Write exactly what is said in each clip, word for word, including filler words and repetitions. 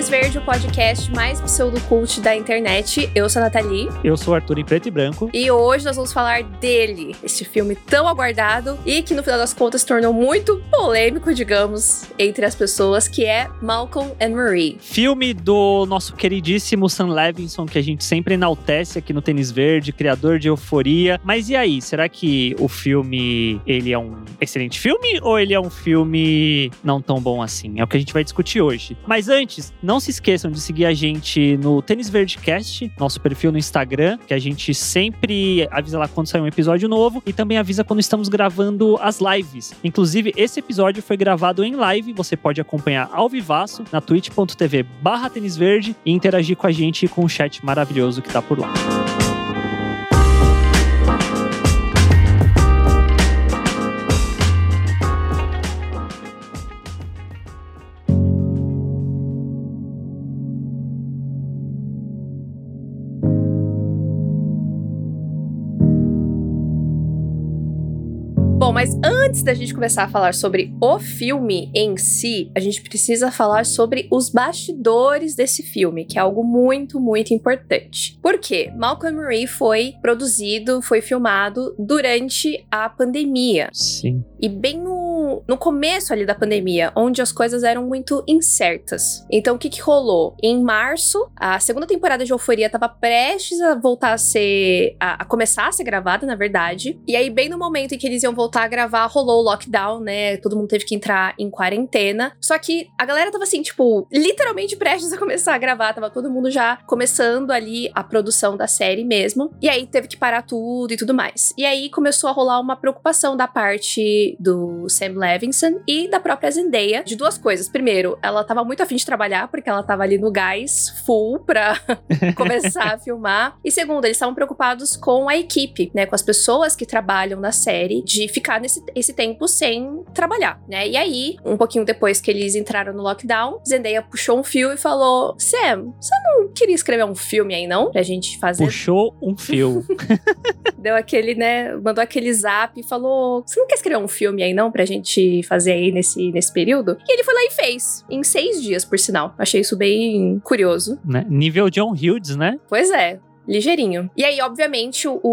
Tênis Verde, o podcast mais pseudocult da internet. Eu sou a Nathalie. Eu sou o Arthur em preto e branco. E hoje nós vamos falar dele, este filme tão aguardado e que no final das contas se tornou muito polêmico, digamos, entre as pessoas, que é Malcolm and Marie. Filme do nosso queridíssimo Sam Levinson, que a gente sempre enaltece aqui no Tênis Verde, criador de Euforia. Mas e aí, será que o filme, ele é um excelente filme ou ele é um filme não tão bom assim? É o que a gente vai discutir hoje. Mas antes, não se esqueçam de seguir a gente no Tênis Verde Cast, nosso perfil no Instagram, que a gente sempre avisa lá quando sai um episódio novo e também avisa quando estamos gravando as lives. Inclusive, esse episódio foi gravado em live, você pode acompanhar ao vivaço na twitch.tv barra Tênis Verde e interagir com a gente com o chat maravilhoso que tá por lá. Bom, mas antes da gente começar a falar sobre o filme em si, a gente precisa falar sobre os bastidores desse filme, que é algo muito, muito importante. Por quê? Malcolm and Marie foi produzido, foi filmado durante a pandemia. Sim. E bem no, no começo ali da pandemia, onde as coisas eram muito incertas. Então, o que que rolou? Em março, a segunda temporada de Euforia estava prestes a voltar a ser... A, a começar a ser gravada, na verdade. E aí, bem no momento em que eles iam voltar a gravar, rolou o lockdown, né? Todo mundo teve que entrar em quarentena. Só que a galera tava assim, tipo, literalmente prestes a começar a gravar. Tava todo mundo já começando ali a produção da série mesmo. E aí teve que parar tudo e tudo mais. E aí começou a rolar uma preocupação da parte do Sam Levinson e da própria Zendaya de duas coisas. Primeiro, ela tava muito afim de trabalhar, porque ela tava ali no gás full pra começar a filmar. E segundo, eles estavam preocupados com a equipe, né? Com as pessoas que trabalham na série, de ficar nesse esse tempo sem trabalhar, né? E aí, um pouquinho depois que eles entraram no lockdown, Zendaya puxou um fio e falou: Sam, você não queria escrever um filme aí, não? Pra gente fazer? Puxou um fio. Deu aquele, né? Mandou aquele zap e falou: você não quer escrever um filme aí, não? Pra gente fazer aí nesse, nesse período? E ele foi lá e fez. Em seis dias, por sinal. Achei isso bem curioso. Né? Nível John Hughes, né? Pois é. Ligeirinho. E aí, obviamente, o,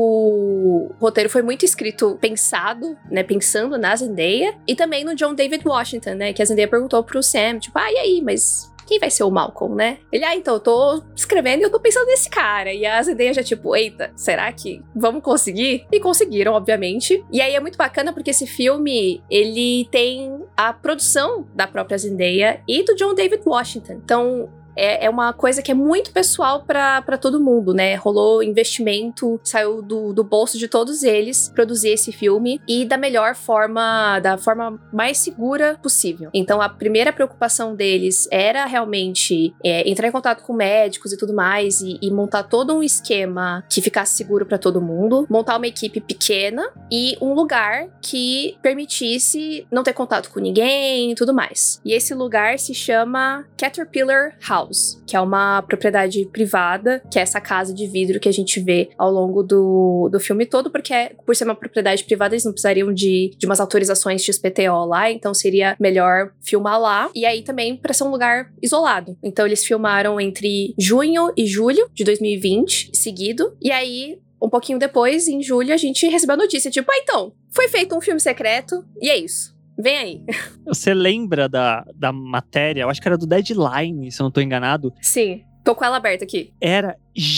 o roteiro foi muito escrito, pensado, né? Pensando na Zendaya. E também no John David Washington, né? Que a Zendaya perguntou pro Sam, tipo, ah, e aí, mas... quem vai ser o Malcolm, né? Ele, ah, então, eu tô escrevendo e eu tô pensando nesse cara. E a Zendaya já tipo, eita, será que vamos conseguir? E conseguiram, obviamente. E aí é muito bacana porque esse filme, ele tem a produção da própria Zendaya e do John David Washington. Então... É, é uma coisa que é muito pessoal pra, pra todo mundo, né? Rolou investimento, saiu do, do bolso de todos eles produzir esse filme e da melhor forma, da forma mais segura possível. Então, a primeira preocupação deles era realmente é, entrar em contato com médicos e tudo mais e, e montar todo um esquema que ficasse seguro pra todo mundo, montar uma equipe pequena e um lugar que permitisse não ter contato com ninguém e tudo mais. E esse lugar se chama Caterpillar House, que é uma propriedade privada, que é essa casa de vidro que a gente vê ao longo do, do filme todo, porque é, por ser uma propriedade privada, eles não precisariam de, de umas autorizações X P T O lá, então seria melhor filmar lá. E aí também para ser um lugar isolado. Então eles filmaram entre junho e julho de dois mil e vinte, seguido, e aí... um pouquinho depois, em julho, a gente recebeu a notícia, tipo, ah, então, foi feito um filme secreto, e é isso. Vem aí. Você lembra da, da matéria? Eu acho que era do Deadline, se eu não tô enganado. Sim, tô com ela aberta aqui. Era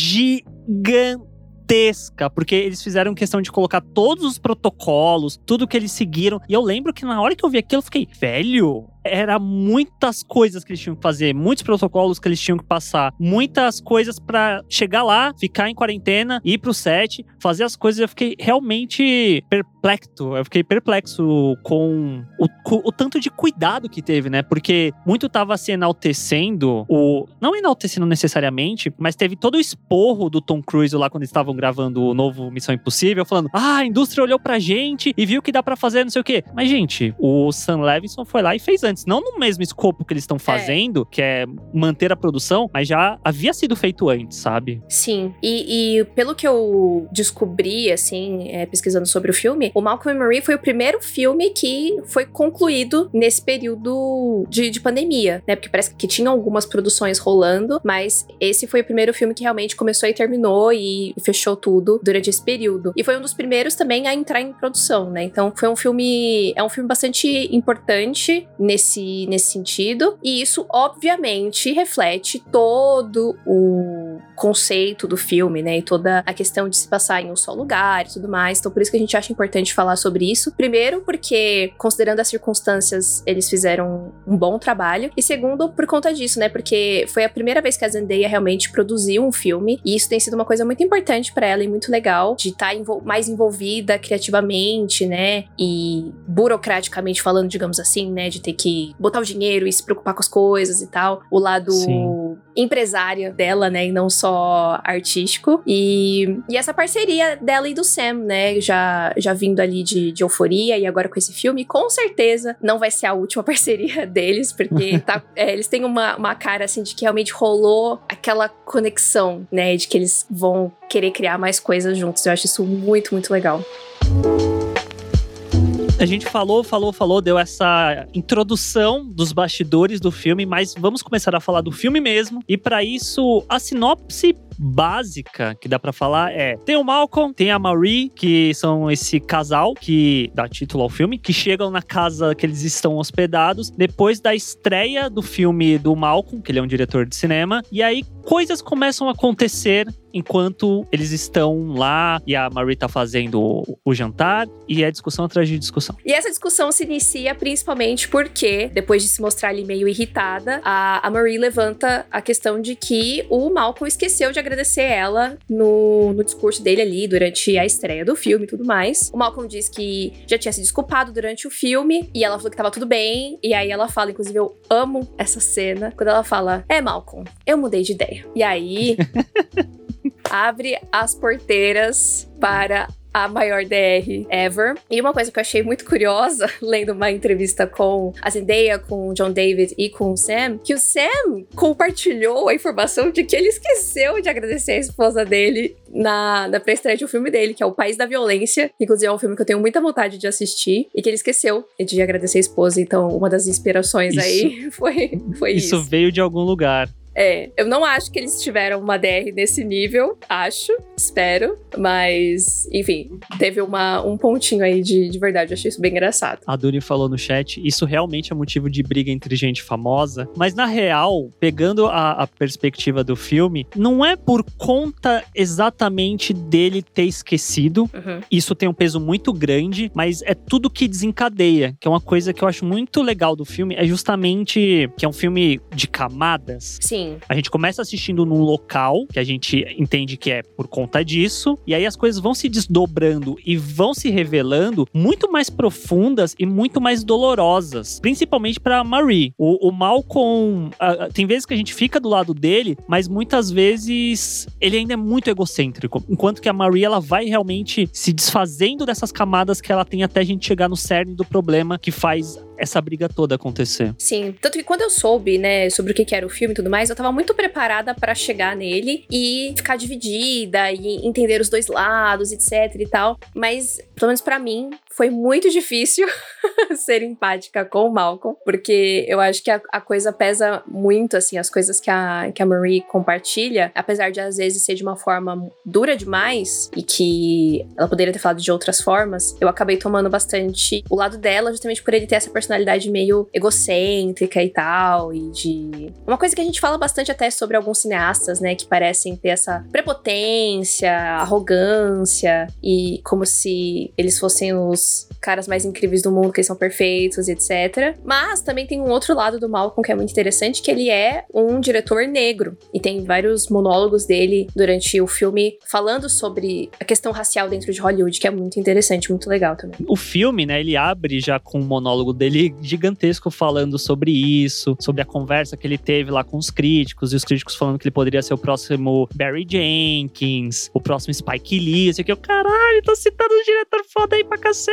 gigantesca, porque eles fizeram questão de colocar todos os protocolos, tudo que eles seguiram. E eu lembro que na hora que eu vi aquilo, eu fiquei, velho... era muitas coisas que eles tinham que fazer, muitos protocolos que eles tinham que passar, muitas coisas pra chegar lá, ficar em quarentena, ir pro set, fazer as coisas. Eu fiquei realmente perplexo, eu fiquei perplexo com o, com o tanto de cuidado que teve, né? Porque muito tava se enaltecendo, o não enaltecendo necessariamente, mas teve todo o esporro do Tom Cruise lá quando eles estavam gravando o novo Missão Impossível, falando, ah, a indústria olhou pra gente e viu que dá pra fazer não sei o quê. Mas, gente, o Sam Levinson foi lá e fez antes. antes. Não no mesmo escopo que eles estão fazendo, é. que é manter a produção, mas já havia sido feito antes, sabe? Sim. E, e pelo que eu descobri, assim, é, pesquisando sobre o filme, o Malcolm and Marie foi o primeiro filme que foi concluído nesse período de, de pandemia, né? Porque parece que tinha algumas produções rolando, mas esse foi o primeiro filme que realmente começou e terminou e fechou tudo durante esse período. E foi um dos primeiros também a entrar em produção, né? Então foi um filme, é um filme bastante importante nesse, nesse sentido, e isso obviamente reflete todo o conceito do filme, né? E toda a questão de se passar em um só lugar e tudo mais. Então por isso que a gente acha importante falar sobre isso. Primeiro, porque considerando as circunstâncias, eles fizeram um bom trabalho. E segundo, por conta disso, né? Porque foi a primeira vez que a Zendaya realmente produziu um filme, e isso tem sido uma coisa muito importante pra ela e muito legal, de estar envol- mais envolvida criativamente, né? E burocraticamente falando, digamos assim, né? De ter que botar o dinheiro e se preocupar com as coisas e tal. O lado Sim. empresária dela, né? E não só artístico. E, e essa parceria dela e do Sam, né? Já, já vindo ali de, de Euforia e agora com esse filme, com certeza não vai ser a última parceria deles, porque tá, é, eles têm uma, uma cara, assim, de que realmente rolou aquela conexão, né? De que eles vão querer criar mais coisas juntos. Eu acho isso muito, muito legal. A gente falou, falou, falou, deu essa introdução dos bastidores do filme, mas vamos começar a falar do filme mesmo. E pra isso, a sinopse básica que dá pra falar é: tem o Malcolm, tem a Marie, que são esse casal que dá título ao filme, que chegam na casa que eles estão hospedados depois da estreia do filme do Malcolm, que ele é um diretor de cinema, e aí coisas começam a acontecer enquanto eles estão lá e a Marie tá fazendo o, o jantar, e é discussão atrás de discussão. E essa discussão se inicia principalmente porque, depois de se mostrar ali meio irritada, a, a Marie levanta a questão de que o Malcolm esqueceu de agradecer ela no, no discurso dele ali durante a estreia do filme e tudo mais. O Malcolm diz que já tinha se desculpado durante o filme e ela falou que tava tudo bem, e aí ela fala, inclusive eu amo essa cena, quando ela fala: é, Malcolm, eu mudei de ideia. E aí abre as porteiras para a maior D R ever. E uma coisa que eu achei muito curiosa, lendo uma entrevista com a Zendaya, com o John David e com o Sam, que o Sam compartilhou a informação de que ele esqueceu de agradecer a esposa dele na, na pré-estreia de um filme dele, que é O País da Violência, que inclusive é um filme que eu tenho muita vontade de assistir, e que ele esqueceu de agradecer a esposa. Então, uma das inspirações isso, aí foi, foi isso. Isso veio de algum lugar. É, eu não acho que eles tiveram uma D R nesse nível, acho, espero, mas, enfim, teve uma, um pontinho aí de, de verdade, eu achei isso bem engraçado. A Duni falou no chat, isso realmente é motivo de briga entre gente famosa, mas na real, pegando a, a perspectiva do filme, não é por conta exatamente dele ter esquecido, uhum. Isso tem um peso muito grande, mas é tudo que desencadeia, que é uma coisa que eu acho muito legal do filme, é justamente que é um filme de camadas. Sim. A gente começa assistindo num local, que a gente entende que é por conta disso, e aí as coisas vão se desdobrando e vão se revelando muito mais profundas e muito mais dolorosas, principalmente pra Marie. O, o Malcolm, uh, tem vezes que a gente fica do lado dele, mas muitas vezes ele ainda é muito egocêntrico, enquanto que a Marie, ela vai realmente se desfazendo dessas camadas que ela tem até a gente chegar no cerne do problema que faz essa briga toda acontecer. Sim, tanto que quando eu soube, né, sobre o que era o filme e tudo mais, eu tava muito preparada pra chegar nele e ficar dividida e entender os dois lados, etc e tal, mas, pelo menos pra mim, foi muito difícil ser empática com o Malcolm, porque eu acho que a, a coisa pesa muito, assim, as coisas que a, que a Marie compartilha, apesar de às vezes ser de uma forma dura demais e que ela poderia ter falado de outras formas, eu acabei tomando bastante o lado dela, justamente por ele ter essa personalidade meio egocêntrica e tal, e de... Uma coisa que a gente fala bastante até sobre alguns cineastas, né, que parecem ter essa prepotência, arrogância, e como se eles fossem os caras mais incríveis do mundo, que eles são perfeitos, etcétera. Mas também tem um outro lado do Malcolm que é muito interessante, que ele é um diretor negro. E tem vários monólogos dele durante o filme falando sobre a questão racial dentro de Hollywood, que é muito interessante, muito legal também. O filme, né, ele abre já com um monólogo dele gigantesco falando sobre isso, sobre a conversa que ele teve lá com os críticos, e os críticos falando que ele poderia ser o próximo Barry Jenkins, o próximo Spike Lee, assim, que eu, caralho, tô citando um diretor foda aí pra cacete, não sei o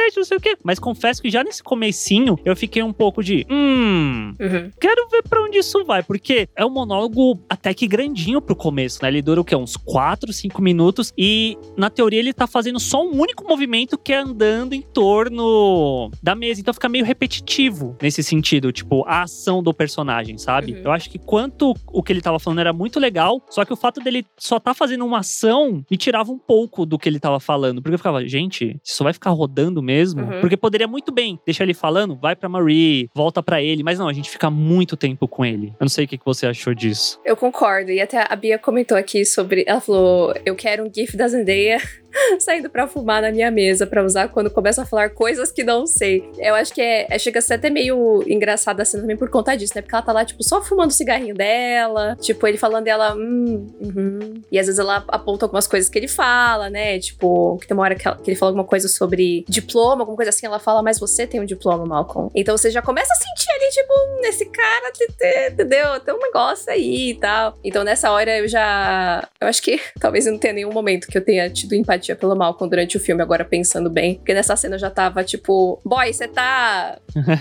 porque... Mas confesso que já nesse comecinho, eu fiquei um pouco de... Hum... Uhum. Quero ver pra onde isso vai, porque é um monólogo até que grandinho pro começo, né? Ele dura o quê? Uns quatro, cinco minutos. E, na teoria, ele tá fazendo só um único movimento, que é andando em torno da mesa. Então fica meio repetitivo nesse sentido. Tipo, a ação do personagem, sabe? Uhum. Eu acho que quanto o que ele tava falando era muito legal, só que o fato dele só tá fazendo uma ação me tirava um pouco do que ele tava falando. Porque eu ficava, gente, isso só vai ficar rodando mesmo? Uhum. Porque poderia muito bem deixar ele falando, vai pra Marie, volta pra ele. Mas não, a gente fica muito tempo com ele. Eu não sei o que você achou disso. Eu concordo. E até a Bia comentou aqui sobre... Ela falou, eu quero um gif da Zendaya saindo pra fumar na minha mesa pra usar quando começa a falar coisas que não sei. Eu acho que é, é chega a ser até meio engraçada a cena também por conta disso, né? Porque ela tá lá, tipo, só fumando o cigarrinho dela. Tipo, ele falando dela, hum, uhum. E às vezes ela aponta algumas coisas que ele fala, né? Tipo, que tem uma hora que, ela, que ele fala alguma coisa sobre diploma, alguma coisa assim. Ela fala, mas você tem um diploma, Malcolm. Então você já começa a sentir ali, tipo, nesse cara, entendeu? Tem um negócio aí e tal. Então nessa hora eu já... Eu acho que talvez não tenha nenhum momento que eu tenha tido empatia pelo Malcolm durante o filme, agora pensando bem. Porque nessa cena eu já tava, tipo, boy, você tá...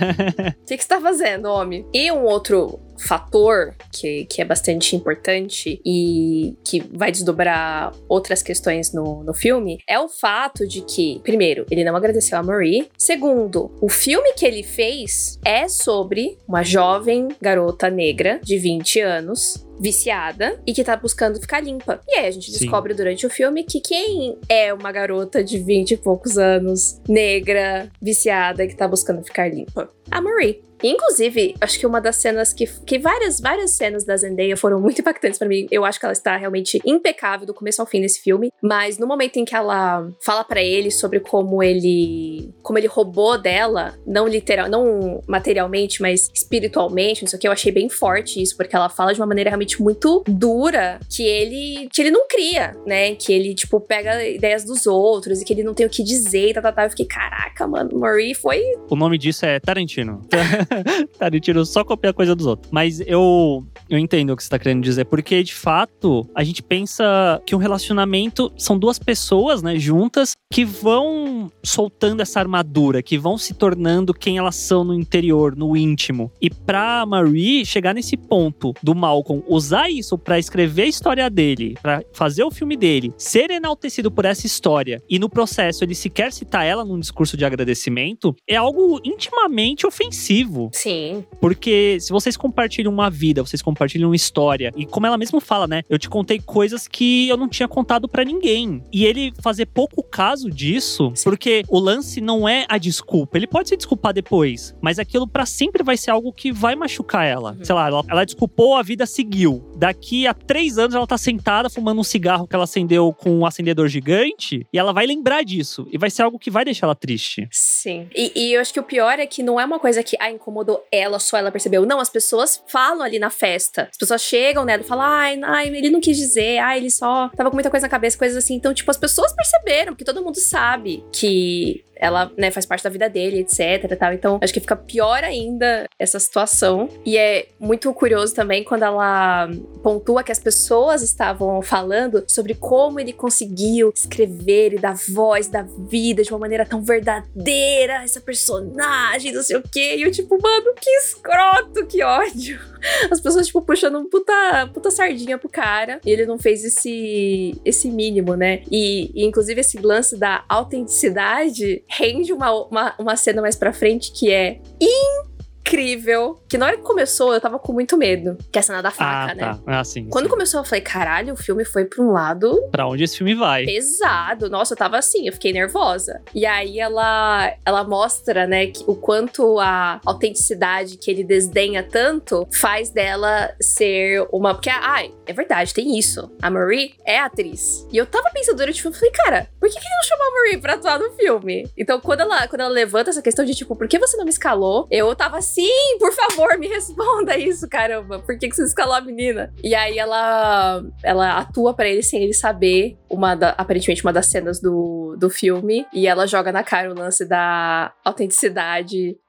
O que que você tá fazendo, homem? E um outro fator que, que é bastante importante e que vai desdobrar outras questões no, no filme é o fato de que, primeiro, ele não agradeceu a Marie. Segundo, o filme que ele fez é sobre uma jovem garota negra de vinte anos viciada e que tá buscando ficar limpa. E aí a gente Sim. descobre durante o filme que quem é uma garota de vinte e poucos anos, negra, viciada, que tá buscando ficar limpa? A Marie. Inclusive, acho que uma das cenas que... que várias, várias cenas da Zendaya foram muito impactantes pra mim. Eu acho que ela está realmente impecável do começo ao fim nesse filme. Mas no momento em que ela fala pra ele sobre como ele... como ele roubou dela, não literal, não materialmente, mas espiritualmente, não sei o que, eu achei bem forte isso, porque ela fala de uma maneira realmente muito dura que ele... que ele não cria, né? Que ele, tipo, pega ideias dos outros e que ele não tem o que dizer e tal, tal, tal. Eu fiquei, caraca, mano, Marie foi... O nome disso é Tarantino. Tarantino só copia a coisa dos outros. Mas eu, eu entendo o que você tá querendo dizer. Porque, de fato, a gente pensa que um relacionamento são duas pessoas, né, juntas, que vão soltando essa armadura, que vão se tornando quem elas são no interior, no íntimo. E pra Marie chegar nesse ponto do Malcolm usar isso pra escrever a história dele, pra fazer o filme dele, ser enaltecido por essa história, e no processo ele sequer citar ela num discurso de agradecimento, é algo intimamente ofensivo. Sim. Porque se vocês compartilham uma vida, vocês compartilham uma história, e como ela mesma fala, né? Eu te contei coisas que eu não tinha contado pra ninguém. E ele fazer pouco caso disso, Sim. porque o lance não é a desculpa. Ele pode se desculpar depois, mas aquilo pra sempre vai ser algo que vai machucar ela. Uhum. Sei lá, ela, ela desculpou, a vida seguiu. Daqui a três anos ela tá sentada fumando um cigarro que ela acendeu com um acendedor gigante, e ela vai lembrar disso. E vai ser algo que vai deixar ela triste. Sim. E, e eu acho que o pior é que não é uma coisa que ah, incomodou ela, só ela percebeu. Não, as pessoas falam ali na festa. As pessoas chegam, né, e falam, ai, ai, ele não quis dizer, ai, ele só tava com muita coisa na cabeça, coisas assim. Então, tipo, as pessoas perceberam, porque todo mundo sabe que ela, né, faz parte da vida dele, etc, tal. Então, acho que fica pior ainda essa situação. E é muito curioso também quando ela pontua que as pessoas estavam falando sobre como ele conseguiu escrever e dar voz, dar vida de uma maneira tão verdadeira, essa personagem, não sei o quê. E eu, tipo, mano, que escroto, que ódio. As pessoas, tipo, puxando um puta, puta sardinha pro cara. E ele não fez esse, esse mínimo, né? E, e, inclusive, esse lance da autenticidade rende uma, uma, uma cena mais pra frente que é incrível. Que na hora que começou, eu tava com muito medo. Que é a cena da faca, ah, né? Tá. Ah, sim. Quando sim. começou, eu falei, caralho, o filme foi pra um lado... Pra onde esse filme vai? Pesado. Nossa, eu tava assim, eu fiquei nervosa. E aí ela, ela mostra, né, que, o quanto a autenticidade que ele desdenha tanto faz dela ser uma... Porque, ai, é verdade, tem isso. A Marie é atriz. E eu tava pensando durante o filme, eu falei, cara, por que, que ele não chamou a Marie pra atuar no filme? Então, quando ela, quando ela levanta essa questão de, tipo, por que você não me escalou? Eu tava assim, por favor, me responda isso, caramba. Por que, que você escalou a menina? E aí ela, ela atua pra ele sem ele saber, uma da, aparentemente uma das cenas do, do filme. E ela joga na cara o lance da autenticidade.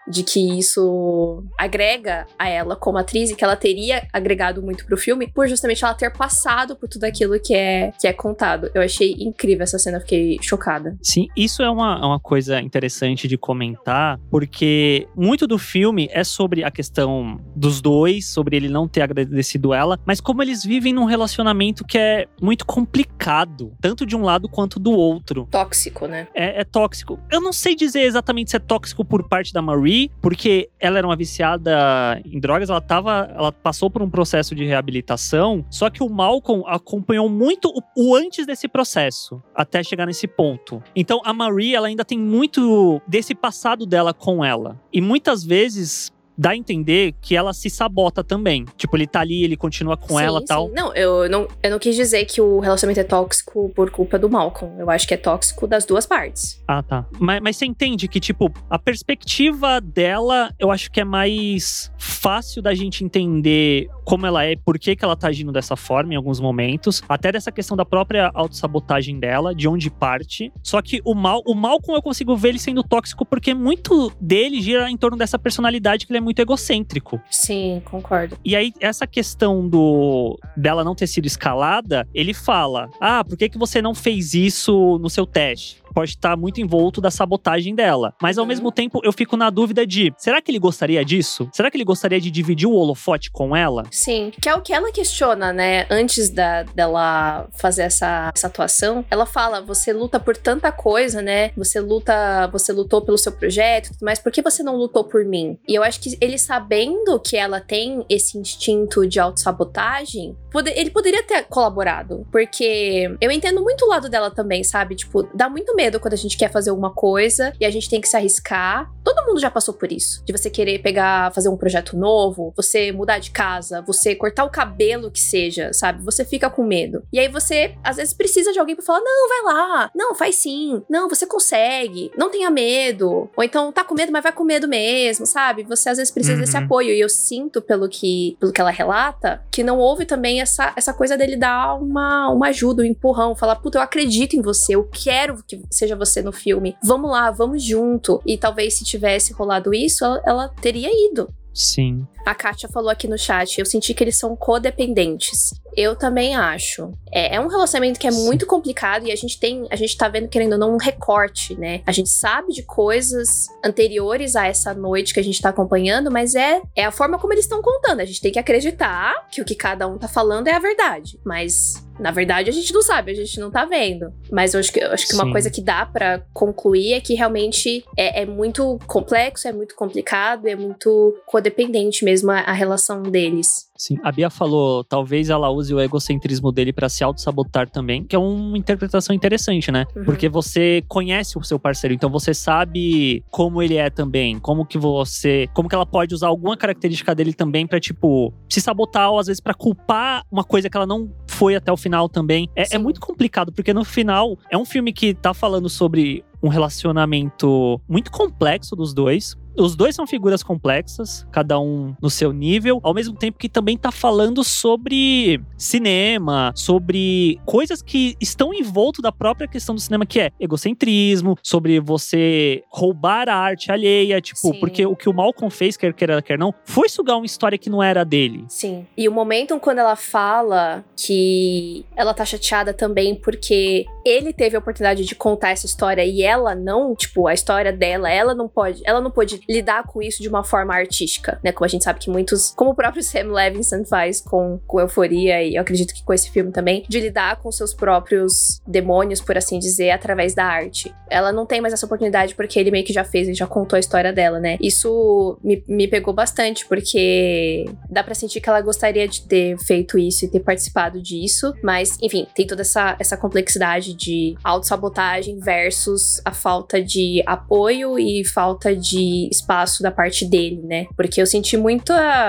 de que isso agrega a ela como atriz e que ela teria agregado muito pro filme por justamente ela ter passado por tudo aquilo que é, que é contado. Eu achei incrível essa cena, fiquei chocada. Sim, isso é uma, uma coisa interessante de comentar, porque muito do filme é sobre a questão dos dois, sobre ele não ter agradecido ela, mas como eles vivem num relacionamento que é muito complicado, tanto de um lado quanto do outro. Tóxico, né? É, é tóxico. Eu não sei dizer exatamente se é tóxico por parte da Marie, porque ela era uma viciada em drogas, ela tava, ela passou por um processo de reabilitação, só que o Malcolm acompanhou muito o, o antes desse processo, até chegar nesse ponto. Então a Marie, ela ainda tem muito desse passado dela com ela. E muitas vezes dá a entender que ela se sabota também. Tipo, ele tá ali, ele continua com sim, ela e tal. Não, eu não, eu não quis dizer que o relacionamento é tóxico por culpa do Malcolm. Eu acho que é tóxico das duas partes. Ah, tá. Mas, mas você entende que, tipo, a perspectiva dela, eu acho que é mais fácil da gente entender como ela é, por que que ela tá agindo dessa forma em alguns momentos. Até dessa questão da própria autossabotagem dela, de onde parte. Só que o, Mal, o Malcolm eu consigo ver ele sendo tóxico porque muito dele gira em torno dessa personalidade que ele é muito egocêntrico. Sim, concordo. E aí, essa questão do dela não ter sido escalada, ele fala, ah, por que que você não fez isso no seu teste? Pode estar muito envolto da sabotagem dela. Mas ao uhum. mesmo tempo, eu fico na dúvida de, será que ele gostaria disso? Será que ele gostaria de dividir o holofote com ela? Sim, que é o que ela questiona, né? Antes da, dela fazer essa, essa atuação, ela fala, você luta por tanta coisa, né? Você luta, você lutou pelo seu projeto, mas por que você não lutou por mim? E eu acho que ele sabendo que ela tem esse instinto de autossabotagem, pode, ele poderia ter colaborado. Porque eu entendo muito o lado dela também, sabe? Tipo, dá muito medo quando a gente quer fazer alguma coisa e a gente tem que se arriscar. Todo mundo já passou por isso. De você querer pegar, fazer um projeto novo, você mudar de casa, você cortar o cabelo que seja, sabe? Você fica com medo. E aí você, às vezes, precisa de alguém pra falar, não, vai lá. Não, faz sim. Não, você consegue. Não tenha medo. Ou então, tá com medo, mas vai com medo mesmo, sabe? Você, às vezes, precisa uhum. desse apoio. E eu sinto, pelo que, pelo que ela relata, que não houve também essa, essa coisa dele dar uma, uma ajuda, um empurrão. Falar, puta, eu acredito em você. Eu quero que seja você no filme. Vamos lá, vamos junto. E talvez se tivesse rolado isso, ela, ela teria ido. Sim. A Kátia falou aqui no chat, eu senti que eles são codependentes. Eu também acho. É, é um relacionamento que é Sim. muito complicado e a gente tem, a gente tá vendo, querendo ou não, um recorte, né? A gente sabe de coisas anteriores a essa noite que a gente tá acompanhando, mas é, é a forma como eles estão contando. A gente tem que acreditar que o que cada um tá falando é a verdade. Mas, na verdade, a gente não sabe, a gente não tá vendo. Mas eu acho que, eu acho que uma coisa que dá pra concluir é que realmente é, é muito complexo, é muito complicado, é muito codependente mesmo a, a relação deles. Sim, a Bia falou, talvez ela use o egocentrismo dele pra se auto-sabotar também, que é uma interpretação interessante, né? Uhum. Porque você conhece o seu parceiro, então você sabe como ele é também, como que você, como que ela pode usar alguma característica dele também pra, tipo, se sabotar ou às vezes pra culpar uma coisa que ela não foi até o final também. É, é muito complicado, porque no final é um filme que tá falando sobre um relacionamento muito complexo dos dois. Os dois são figuras complexas, cada um no seu nível, ao mesmo tempo que também tá falando sobre cinema, sobre coisas que estão em volta da própria questão do cinema, que é egocentrismo, sobre você roubar a arte alheia, tipo, Sim. porque o que o Malcolm fez, quer queira, quer não, foi sugar uma história que não era dele. Sim. E o momento quando ela fala que ela tá chateada também porque ele teve a oportunidade de contar essa história e ela não, tipo, a história dela, ela não pode, ela não pôde lidar com isso de uma forma artística, né? Como a gente sabe que muitos, como o próprio Sam Levinson faz com, com Euforia, e eu acredito que com esse filme também, de lidar com seus próprios demônios, por assim dizer, através da arte. Ela não tem mais essa oportunidade porque ele meio que já fez e já contou a história dela, né? Isso me, me pegou bastante, porque dá pra sentir que ela gostaria de ter feito isso e ter participado disso, mas, enfim, tem toda essa, essa complexidade de autossabotagem versus a falta de apoio e falta de espaço da parte dele, né? Porque eu senti muita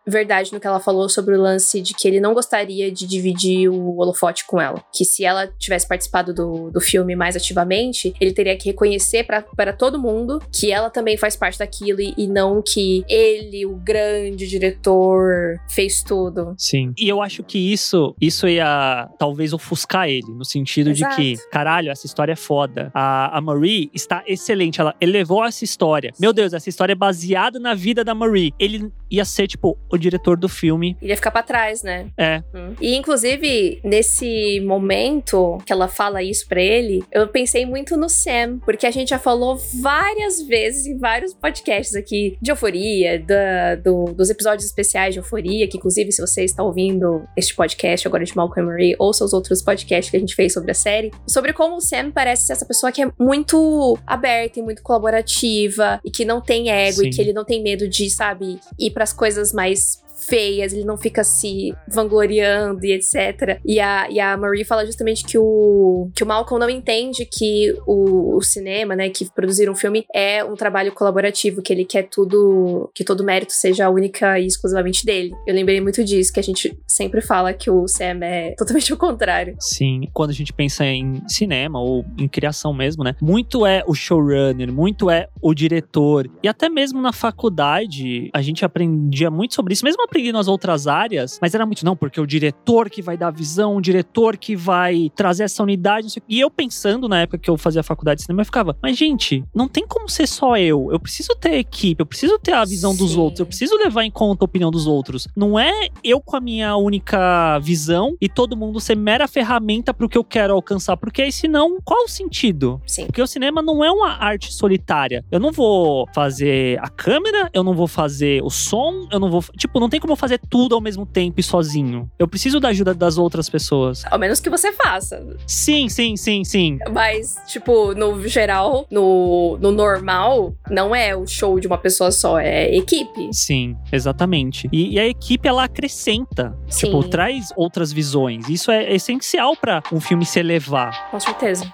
verdade no que ela falou sobre o lance de que ele não gostaria de dividir o holofote com ela. Que se ela tivesse participado do, do filme mais ativamente, ele teria que reconhecer pra, para todo mundo que ela também faz parte daquilo e, e não que ele, o grande diretor, fez tudo. Sim. E eu acho que isso, isso ia talvez ofuscar ele, no sentido Exato. de que, caralho, essa história é foda. A, a Marie está excelente, ela elevou essa história. Meu Deus, essa história é baseada na vida da Marie. Ele ia ser, tipo, o diretor do filme. Ele ia ficar pra trás, né? É. Hum. E, inclusive, nesse momento que ela fala isso pra ele, eu pensei muito no Sam, porque a gente já falou várias vezes em vários podcasts aqui de Euforia, da, do, dos episódios especiais de Euforia, que, inclusive, se você está ouvindo este podcast agora de Malcolm e Marie, ouça os outros podcasts que a gente fez sobre a série, sobre como o Sam parece ser essa pessoa que é muito aberta e muito colaborativa, e que não tem ego, Sim. e que ele não tem medo de, sabe, ir pras coisas mais feias, ele não fica se vangloriando e etcétera. E a, e a Marie fala justamente que o, que o Malcolm não entende que o, o cinema, né, que produzir um filme é um trabalho colaborativo, que ele quer tudo, que todo mérito seja única e exclusivamente dele. Eu lembrei muito disso, que a gente sempre fala que o Sam é totalmente o contrário. Sim, quando a gente pensa em cinema ou em criação mesmo, né, muito é o showrunner, muito é o diretor. E até mesmo na faculdade, a gente aprendia muito sobre isso, mesmo aprendi nas outras áreas, mas era muito, não, porque o diretor que vai dar a visão, o diretor que vai trazer essa unidade, não sei o que. E eu pensando na época que eu fazia faculdade de cinema, eu ficava, mas gente, não tem como ser só eu, eu preciso ter equipe, eu preciso ter a visão Sim. dos outros, eu preciso levar em conta a opinião dos outros. Não é eu com a minha única visão e todo mundo ser mera ferramenta pro que eu quero alcançar, porque aí senão, qual o sentido? Sim. Porque o cinema não é uma arte solitária. Eu não vou fazer a câmera, eu não vou fazer o som, eu não vou... Tipo, não tem como eu fazer tudo ao mesmo tempo e sozinho. Eu preciso da ajuda das outras pessoas. Ao menos que você faça. Sim, sim, sim, sim. Mas, tipo, no geral, no, no normal, não é o show de uma pessoa só, é equipe. Sim, exatamente. E, e a equipe, ela acrescenta. Sim. Tipo, traz outras visões. Isso é essencial pra um filme se elevar. Com certeza.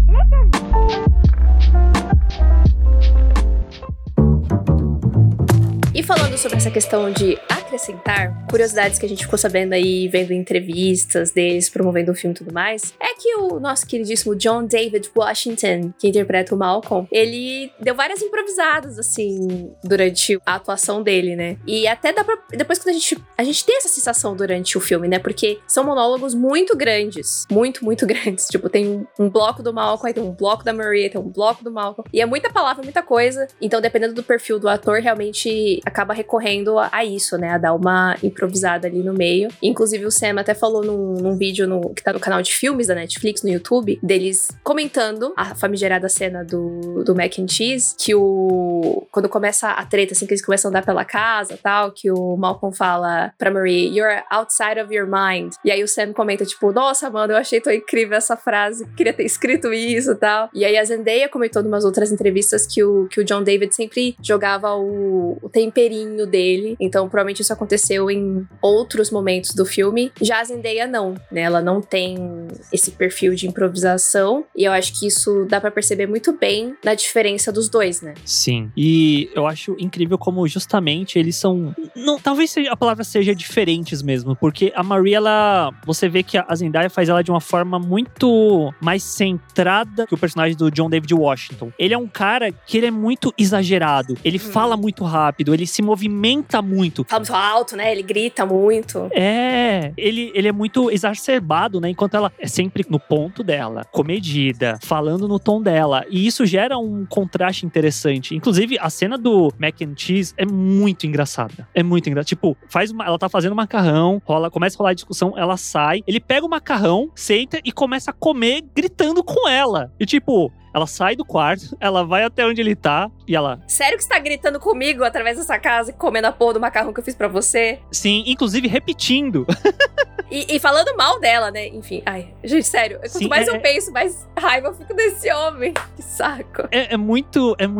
E falando sobre essa questão de acrescentar, curiosidades que a gente ficou sabendo aí, vendo entrevistas deles, promovendo o filme e tudo mais, é que o nosso queridíssimo John David Washington, que interpreta o Malcolm, ele deu várias improvisadas, assim, durante a atuação dele, né? E até dá pra... Depois quando a gente... A gente tem essa sensação durante o filme, né? Porque são monólogos muito grandes. Muito, muito grandes. Tipo, tem um, um bloco do Malcolm, aí tem um bloco da Maria, tem um bloco do Malcolm. E é muita palavra, muita coisa. Então, dependendo do perfil do ator, realmente acaba recorrendo a, a isso, né? A dar uma improvisada ali no meio. Inclusive, o Sam até falou num, num vídeo no, que tá no canal de filmes da Netflix, no YouTube, deles comentando a famigerada cena do, do Mac and Cheese, que o... Quando começa a treta, assim, que eles começam a andar pela casa e tal, que o Malcolm fala pra Marie, "You're outside of your mind." E aí o Sam comenta, tipo, "Nossa, mano, eu achei tão incrível essa frase, queria ter escrito isso e tal." E aí a Zendaya comentou em umas outras entrevistas que o, que o John David sempre jogava o, o temperinho dele, então provavelmente isso aconteceu em outros momentos do filme. Já a Zendaya não, né? Ela não tem esse perfil de improvisação, e eu acho que isso dá pra perceber muito bem na diferença dos dois, né? Sim. E eu acho incrível como justamente eles são... Não, talvez seja, a palavra seja diferentes mesmo, porque a Maria, ela... Você vê que a Zendaya faz ela de uma forma muito mais centrada que o personagem do John David Washington. Ele é um cara que ele é muito exagerado, ele hum. fala muito rápido, ele se movimenta muito. Fala muito alto, né? Ele grita muito. É, ele, ele é muito exacerbado, né? Enquanto ela é sempre no ponto dela, comedida, falando no tom dela. E isso gera um contraste interessante. Inclusive, a cena do Mac and Cheese é muito engraçada. É muito engraçada. Tipo, faz uma, ela tá fazendo macarrão, rola, começa a rolar a discussão, ela sai, ele pega o macarrão, senta e começa a comer gritando com ela. E tipo... Ela sai do quarto, ela vai até onde ele tá e ela... Sério que você tá gritando comigo através dessa casa e comendo a porra do macarrão que eu fiz pra você? Sim, inclusive repetindo. E, e falando mal dela, né? Enfim, ai, gente, sério. Quanto Sim, mais é, eu penso, mais raiva eu fico desse homem. Que saco. É, é muito, é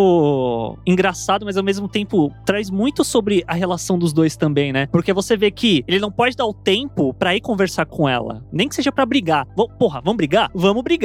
muito engraçado, mas ao mesmo tempo traz muito sobre a relação dos dois também, né? Porque você vê que ele não pode dar o tempo pra ir conversar com ela. Nem que seja pra brigar. V- Porra, vamos brigar? Vamos brigar.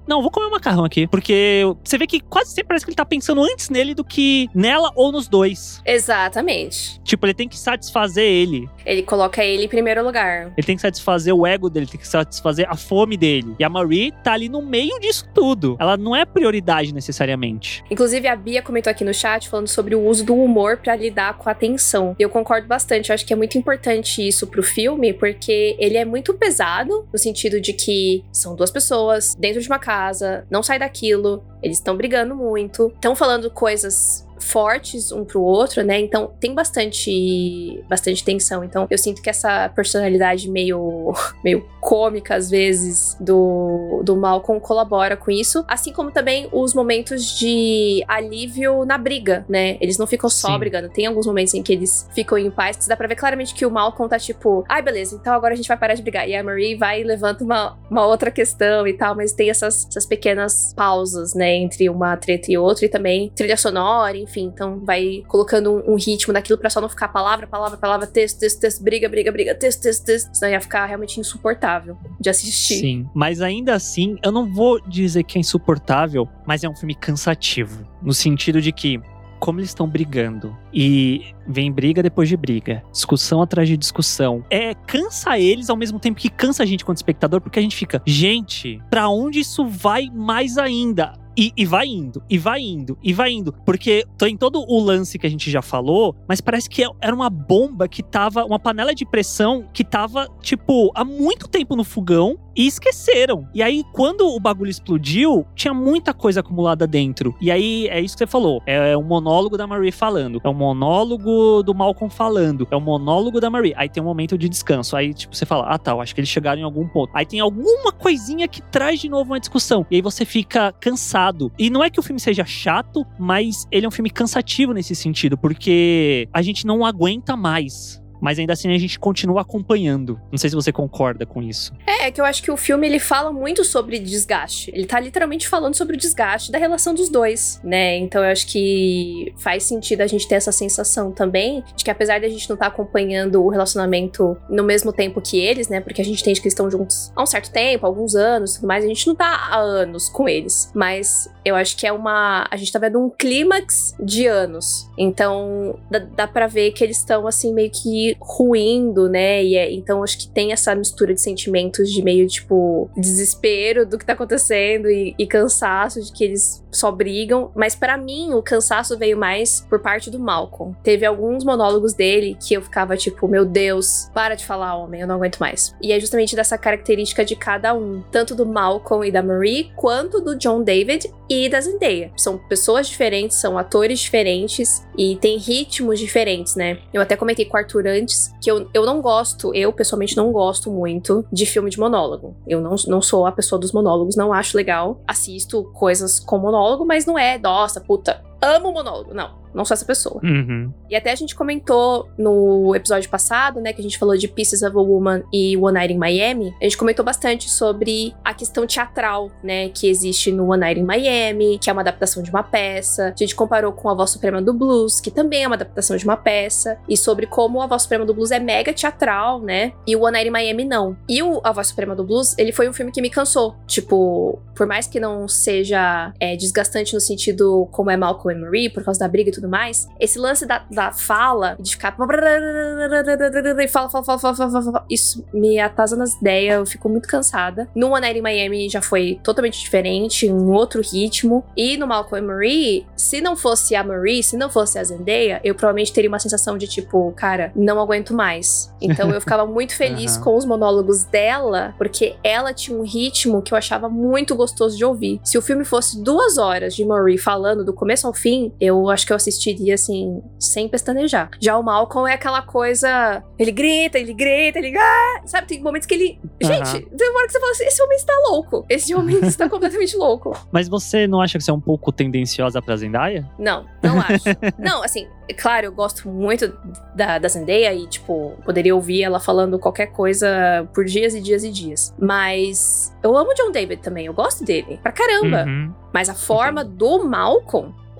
não, vou comer um macarrão aqui. Porque você vê que quase sempre parece que ele tá pensando antes nele do que nela ou nos dois. Exatamente. Tipo, ele tem que satisfazer ele. Ele coloca ele em primeiro lugar. Ele tem que satisfazer o ego dele, tem que satisfazer a fome dele. E a Marie tá ali no meio disso tudo. Ela não é prioridade necessariamente. Inclusive, a Bia comentou aqui no chat falando sobre o uso do humor pra lidar com a tensão. E eu concordo bastante. Eu acho que é muito importante isso pro filme, porque ele é muito pesado, no sentido de que são duas pessoas dentro de uma casa, não sai daquilo, eles estão brigando muito, estão falando coisas fortes um pro outro, né? Então tem bastante bastante tensão. Então eu sinto que essa personalidade meio meio cômica às vezes do, do Malcolm colabora com isso, assim como também os momentos de alívio na briga, né? Eles não ficam só Sim. brigando. Tem alguns momentos em que eles ficam em paz, que dá pra ver claramente que o Malcolm tá tipo, ai, beleza, então agora a gente vai parar de brigar. E a Marie vai e levanta uma, uma outra questão e tal, mas tem essas, essas pequenas pausas, né? Entre uma treta e outra, e também trilha sonora, enfim, então vai colocando um, um ritmo daquilo pra só não ficar palavra, palavra, palavra, texto, texto, texto, briga, briga, briga, texto, texto, texto, senão ia ficar realmente insuportável de assistir. Sim, mas ainda assim, eu não vou dizer que é insuportável, mas é um filme cansativo, no sentido de que como eles estão brigando e vem briga depois de briga, discussão atrás de discussão, é, cansa eles ao mesmo tempo que cansa a gente quanto espectador, porque a gente fica, gente, pra onde isso vai mais ainda? E, e vai indo, e vai indo, e vai indo. Porque tem todo o lance que a gente já falou, mas parece que era uma bomba que tava, uma panela de pressão que tava, tipo, há muito tempo no fogão e esqueceram. E aí, quando o bagulho explodiu, tinha muita coisa acumulada dentro. E aí, é isso que você falou. É um monólogo da Marie falando. É um monólogo do Malcolm falando. É um monólogo da Marie. Aí tem um momento de descanso. Aí, tipo, você fala, ah, tá, eu acho que eles chegaram em algum ponto. Aí tem alguma coisinha que traz de novo uma discussão. E aí você fica cansado. E não é que o filme seja chato, mas ele é um filme cansativo nesse sentido, porque a gente não aguenta mais. Mas ainda assim a gente continua acompanhando. Não sei se você concorda com isso. É, é que eu acho que o filme ele fala muito sobre desgaste. Ele tá literalmente falando sobre o desgaste da relação dos dois, né? Então eu acho que faz sentido a gente ter essa sensação também de que apesar de a gente não estar tá acompanhando o relacionamento no mesmo tempo que eles, né? Porque a gente entende que eles estão juntos há um certo tempo, alguns anos e tudo mais. A gente não tá há anos com eles. Mas eu acho que é uma... A gente tá vendo um clímax de anos. Então dá, dá pra ver que eles estão assim meio que ruindo, né? E é, então acho que tem essa mistura de sentimentos de meio, tipo, desespero do que tá acontecendo e, e cansaço de que eles só brigam. Mas pra mim, o cansaço veio mais por parte do Malcolm. Teve alguns monólogos dele que eu ficava tipo, meu Deus, para de falar, homem, eu não aguento mais. E é justamente dessa característica de cada um, tanto do Malcolm e da Marie, quanto do John David e da Zendaya. São pessoas diferentes, são atores diferentes e tem ritmos diferentes, né? Eu até comentei com o Arthur antes que eu, eu não gosto, eu pessoalmente não gosto muito de filme de monólogo. Eu não, não sou a pessoa dos monólogos, não acho legal. Assisto coisas com monólogo, mas não é, nossa, puta, amo monólogo. Não. Não sou essa pessoa. Uhum. E até a gente comentou no episódio passado, né, que a gente falou de Pieces of a Woman e One Night in Miami. A gente comentou bastante sobre a questão teatral, né, que existe no One Night in Miami, que é uma adaptação de uma peça. A gente comparou com A Voz Suprema do Blues, que também é uma adaptação de uma peça. E sobre como A Voz Suprema do Blues é mega teatral, né, e o One Night in Miami não. E o A Voz Suprema do Blues, ele foi um filme que me cansou. Tipo, por mais que não seja é, desgastante no sentido como é Malcolm e Marie, por causa da briga e tudo mais, esse lance da, da fala, de ficar e fala, fala, fala, fala, fala, fala, isso me atasa nas ideias, eu fico muito cansada. No One Night in Miami já foi totalmente diferente, um outro ritmo. E no Malcolm e Marie, se não fosse a Marie, se não fosse a Zendaya, eu provavelmente teria uma sensação de tipo, cara, não aguento mais. Então eu ficava muito feliz uhum. com os monólogos dela, porque ela tinha um ritmo que eu achava muito gostoso de ouvir. Se o filme fosse duas horas de Marie falando do começo ao fim, eu acho que eu assistiria assim, sem pestanejar. Já o Malcolm é aquela coisa, ele grita, ele grita, ele ah! Sabe, tem momentos que ele, uhum. gente, tem uma hora que você fala assim, esse homem está louco, esse homem está completamente louco. Mas você não acha que você é um pouco tendenciosa pra Zendaya? Não, não acho. Não, assim, é claro, eu gosto muito da, da Zendaya e, tipo, poderia ouvir ela falando qualquer coisa por dias e dias e dias. Mas eu amo o John David também, eu gosto dele, pra caramba. Uhum. Mas a forma Entendi. do Malcolm,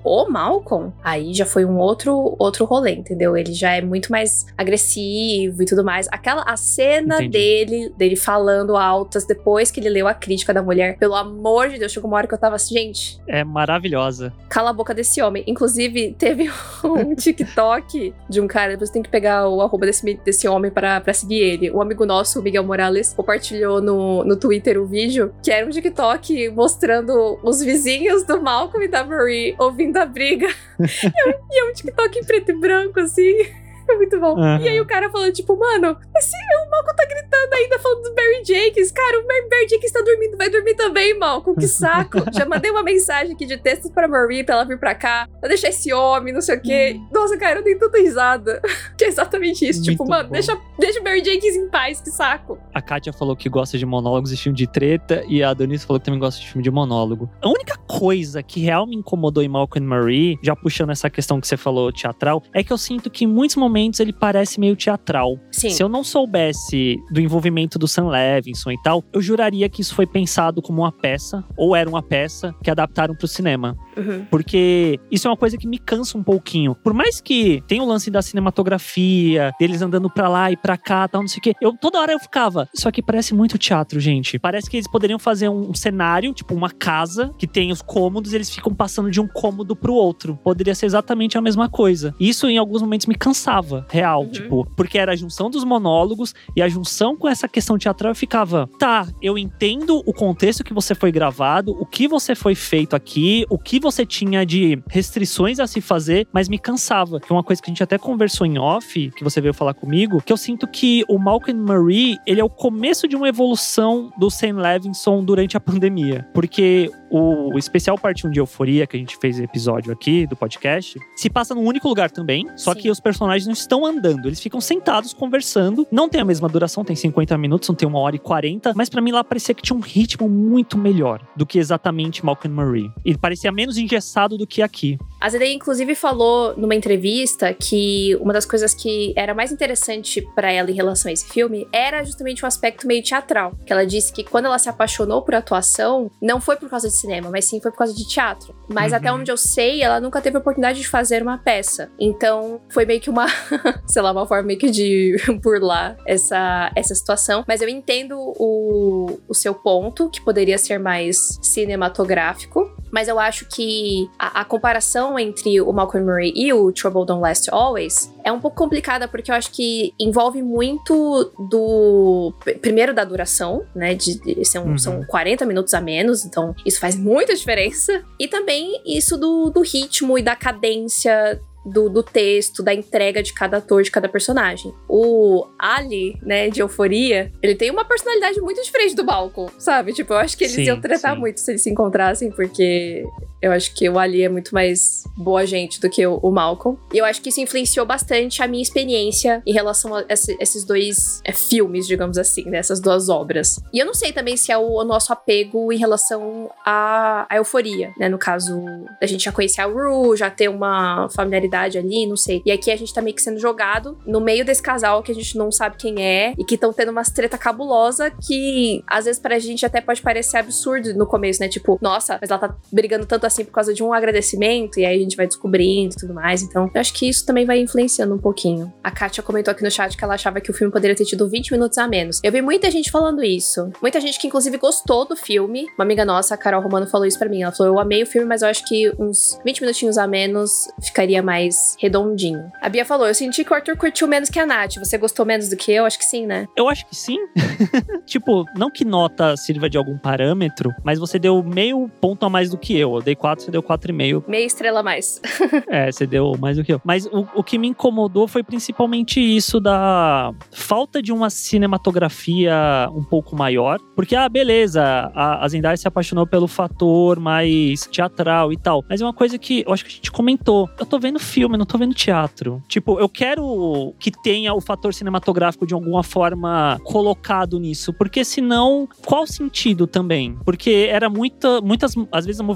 o Malcolm, aí já foi um outro, outro rolê, entendeu? Ele já é muito mais agressivo e tudo mais. Aquela, a cena Entendi. dele, dele falando altas depois que ele leu a crítica da mulher, pelo amor de Deus, chegou uma hora que eu tava assim, gente... É maravilhosa. Cala a boca desse homem. Inclusive, teve um TikTok de um cara, você tem que pegar o arroba desse, desse homem pra, pra seguir ele. Um amigo nosso, o Miguel Morales, compartilhou no, no Twitter o vídeo, que era um TikTok mostrando os vizinhos do Malcolm e da Marie ouvindo a briga. e, é, e é um TikTok em preto e branco, assim... É muito bom. Uhum. E aí o cara falando, tipo, mano, esse, o Malcolm tá gritando ainda falando do Barry Jenkins. Cara, o Barry Jenkins tá dormindo, vai dormir também, Malcolm. Que saco. Já mandei uma mensagem aqui de texto pra Marie, pra ela vir pra cá, pra deixar esse homem, não sei o quê. Uhum. Nossa, cara, eu dei tanta risada. Que é exatamente isso. Muito tipo, mano, deixa, deixa o Barry Jenkins em paz, que saco. A Kátia falou que gosta de monólogos e filme de treta, e a Denise falou que também gosta de filme de monólogo. A única coisa que real me incomodou em Malcolm e Marie, já puxando essa questão que você falou, teatral, é que eu sinto que em muitos momentos ele parece meio teatral. Sim. Se eu não soubesse do envolvimento do Sam Levinson e tal, eu juraria que isso foi pensado como uma peça, ou era uma peça que adaptaram pro cinema. Uhum. Porque isso é uma coisa que me cansa um pouquinho. Por mais que tenha o lance da cinematografia, deles andando pra lá e pra cá, tal, não sei o quê, eu, toda hora eu ficava, isso aqui parece muito teatro, gente. Parece que eles poderiam fazer um cenário, tipo uma casa, que tem os cômodos, e eles ficam passando de um cômodo pro outro. Poderia ser exatamente a mesma coisa. Isso em alguns momentos me cansava, real. Uhum. Tipo, porque era a junção dos monólogos e a junção com essa questão teatral, eu ficava, tá, eu entendo o contexto que você foi gravado, o que você foi feito aqui, o que você tinha de restrições a se fazer, mas me cansava. Que é uma coisa que a gente até conversou em off, que você veio falar comigo, que eu sinto que o Malcolm e Marie, ele é o começo de uma evolução do Sam Levinson durante a pandemia. Porque o especial parte um de Euforia, que a gente fez episódio aqui do podcast, se passa num único lugar também, só Sim. que os personagens não estão andando, eles ficam sentados conversando, não tem a mesma duração, tem cinquenta minutos, não tem uma hora e quarenta, mas pra mim lá parecia que tinha um ritmo muito melhor do que exatamente Malcolm e Marie. Ele parecia menos engessado do que aqui. A Zendaya, inclusive, falou numa entrevista que uma das coisas que era mais interessante pra ela em relação a esse filme era justamente o aspecto meio teatral. Que ela disse que quando ela se apaixonou por atuação, não foi por causa de cinema, mas sim foi por causa de teatro. Mas uhum. até onde eu sei, ela nunca teve a oportunidade de fazer uma peça. Então, foi meio que uma, sei lá, uma forma meio que de burlar essa, essa situação. Mas eu entendo o, o seu ponto, que poderia ser mais cinematográfico. Mas eu acho que a, a comparação entre o Malcolm e Marie e o Trouble Don't Last Always é um pouco complicada, porque eu acho que envolve muito do... Primeiro, da duração, né? De, de, são, uhum. são quarenta minutos a menos, então isso faz muita diferença. E também isso do, do ritmo e da cadência Do, do texto, da entrega de cada ator, de cada personagem. O Ali, né, de Euforia, ele tem uma personalidade muito diferente do Malcolm, sabe? Tipo, eu acho que eles sim, iam tretar sim. muito se eles se encontrassem, porque eu acho que o Ali é muito mais boa gente do que o, o Malcolm. E eu acho que isso influenciou bastante a minha experiência em relação a esse, esses dois é, filmes, digamos assim, né, essas duas obras. E eu não sei também se é o, o nosso apego em relação à, à Euforia, né, no caso, a gente já conhecia a Rue, já ter uma familiaridade ali, não sei. E aqui a gente tá meio que sendo jogado no meio desse casal que a gente não sabe quem é e que estão tendo umas treta cabulosa que às vezes pra gente até pode parecer absurdo no começo, né? Tipo, nossa, mas ela tá brigando tanto assim por causa de um agradecimento, e aí a gente vai descobrindo e tudo mais. Então, eu acho que isso também vai influenciando um pouquinho. A Kátia comentou aqui no chat que ela achava que o filme poderia ter tido vinte minutos a menos. Eu vi muita gente falando isso. Muita gente que inclusive gostou do filme. Uma amiga nossa, a Carol Romano, falou isso pra mim. Ela falou, eu amei o filme, mas eu acho que uns vinte minutinhos a menos ficaria mais redondinho. A Bia falou, eu senti que o Arthur curtiu menos que a Nath. Você gostou menos do que eu? Acho que sim, né? Eu acho que sim. Tipo, não que nota sirva de algum parâmetro, mas você deu meio ponto a mais do que eu. Eu dei quatro, você deu quatro e meio. Meia estrela a mais. É, você deu mais do que eu. Mas o, o que me incomodou foi principalmente isso da falta de uma cinematografia um pouco maior. Porque, ah, beleza, a, a Zendaya se apaixonou pelo fator mais teatral e tal. Mas é uma coisa que eu acho que a gente comentou. Eu tô vendo filme, eu não tô vendo teatro. Tipo, eu quero que tenha o fator cinematográfico de alguma forma colocado nisso, porque senão, qual o sentido também? Porque era muita, muitas, às vezes a movimentação da